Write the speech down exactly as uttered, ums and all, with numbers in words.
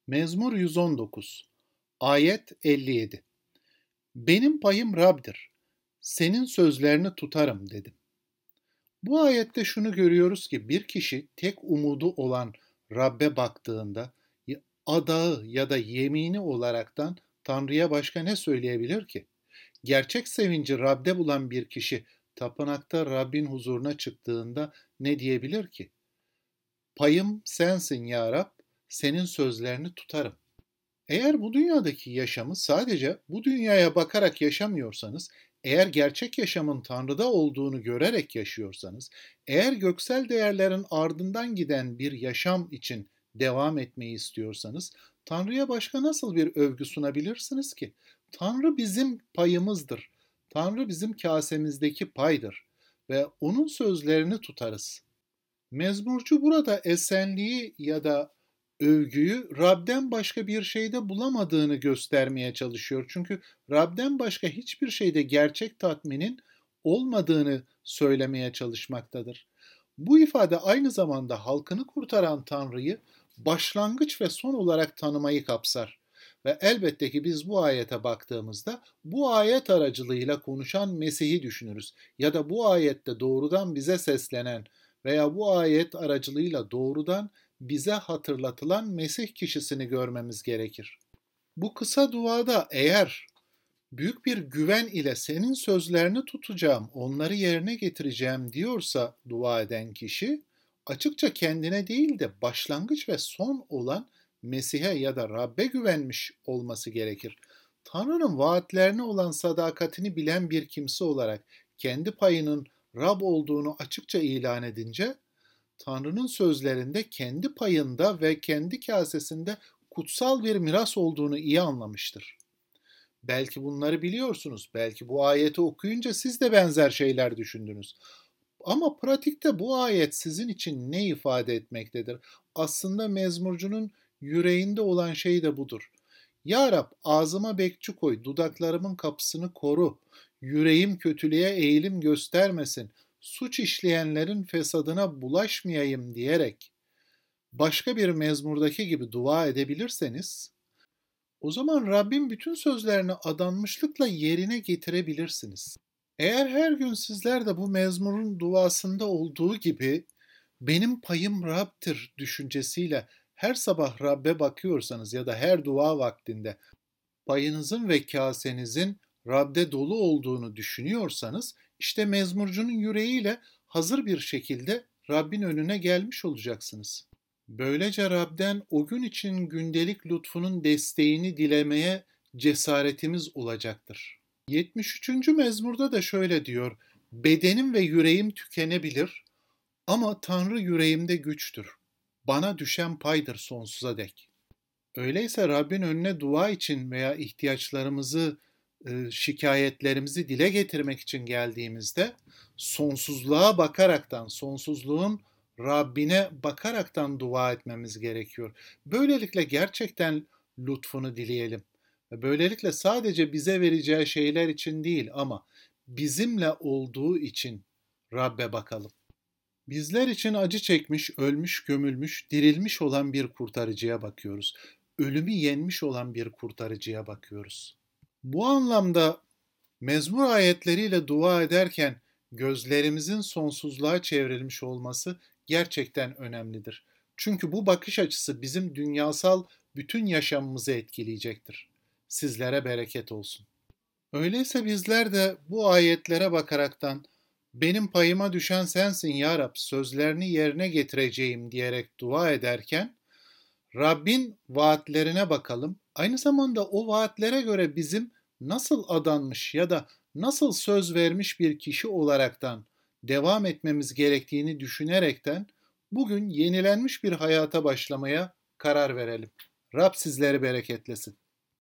Mezmur yüz on dokuz. Ayet elli yedi. Benim payım Rab'dir. Senin sözlerini tutarım dedim. Bu ayette şunu görüyoruz ki bir kişi tek umudu olan Rab'be baktığında adağı ya da yemini olaraktan Tanrı'ya başka ne söyleyebilir ki? Gerçek sevinci Rab'de bulan bir kişi tapınakta Rabbin huzuruna çıktığında ne diyebilir ki? Payım sensin ya Rab, senin sözlerini tutarım. Eğer bu dünyadaki yaşamı sadece bu dünyaya bakarak yaşamıyorsanız, eğer gerçek yaşamın Tanrı'da olduğunu görerek yaşıyorsanız, eğer göksel değerlerin ardından giden bir yaşam için devam etmeyi istiyorsanız, Tanrı'ya başka nasıl bir övgü sunabilirsiniz ki? Tanrı bizim payımızdır. Tanrı bizim kasemizdeki paydır ve onun sözlerini tutarız. Mezmurcu burada esenliği ya da övgüyü Rab'den başka bir şeyde bulamadığını göstermeye çalışıyor. Çünkü Rab'den başka hiçbir şeyde gerçek tatminin olmadığını söylemeye çalışmaktadır. Bu ifade aynı zamanda halkını kurtaran Tanrı'yı başlangıç ve son olarak tanımayı kapsar. Ve elbette ki biz bu ayete baktığımızda bu ayet aracılığıyla konuşan Mesih'i düşünürüz. Ya da bu ayette doğrudan bize seslenen veya bu ayet aracılığıyla doğrudan bize hatırlatılan Mesih kişisini görmemiz gerekir. Bu kısa duada eğer büyük bir güven ile senin sözlerini tutacağım, onları yerine getireceğim diyorsa dua eden kişi, açıkça kendine değil de başlangıç ve son olan Mesih'e ya da Rab'be güvenmiş olması gerekir. Tanrı'nın vaatlerine olan sadakatini bilen bir kimse olarak kendi payının Rab olduğunu açıkça ilan edince, Tanrı'nın sözlerinde kendi payında ve kendi kasesinde kutsal bir miras olduğunu iyi anlamıştır. Belki bunları biliyorsunuz, belki bu ayeti okuyunca siz de benzer şeyler düşündünüz. Ama pratikte bu ayet sizin için ne ifade etmektedir? Aslında mezmurcunun yüreğinde olan şey de budur. Ya Rab, ağzıma bekçi koy, dudaklarımın kapısını koru, yüreğim kötülüğe eğilim göstermesin, suç işleyenlerin fesadına bulaşmayayım diyerek başka bir mezmurdaki gibi dua edebilirseniz, o zaman Rabbin bütün sözlerini adanmışlıkla yerine getirebilirsiniz. Eğer her gün sizler de bu mezmurun duasında olduğu gibi benim payım Rab'dir düşüncesiyle her sabah Rab'be bakıyorsanız ya da her dua vaktinde payınızın ve kasenizin Rab'de dolu olduğunu düşünüyorsanız, işte mezmurcunun yüreğiyle hazır bir şekilde Rabbin önüne gelmiş olacaksınız. Böylece Rab'den o gün için gündelik lütfunun desteğini dilemeye cesaretimiz olacaktır. yetmiş üçüncü mezmurda da şöyle diyor: Bedenim ve yüreğim tükenebilir ama Tanrı yüreğimde güçtür. Bana düşen paydır sonsuza dek. Öyleyse Rabbin önüne dua için veya ihtiyaçlarımızı, e, şikayetlerimizi dile getirmek için geldiğimizde sonsuzluğa bakaraktan, sonsuzluğun Rabbine bakaraktan dua etmemiz gerekiyor. Böylelikle gerçekten lütfunu dileyelim. Ve böylelikle sadece bize vereceği şeyler için değil ama bizimle olduğu için Rabbe bakalım. Bizler için acı çekmiş, ölmüş, gömülmüş, dirilmiş olan bir kurtarıcıya bakıyoruz. Ölümü yenmiş olan bir kurtarıcıya bakıyoruz. Bu anlamda mezmur ayetleriyle dua ederken gözlerimizin sonsuzluğa çevrilmiş olması gerçekten önemlidir. Çünkü bu bakış açısı bizim dünyasal bütün yaşamımızı etkileyecektir. Sizlere bereket olsun. Öyleyse bizler de bu ayetlere bakaraktan benim payıma düşen sensin ya Rab, sözlerini yerine getireceğim diyerek dua ederken Rabbin vaatlerine bakalım. Aynı zamanda o vaatlere göre bizim nasıl adanmış ya da nasıl söz vermiş bir kişi olaraktan devam etmemiz gerektiğini düşünerekten bugün yenilenmiş bir hayata başlamaya karar verelim. Rab sizleri bereketlesin.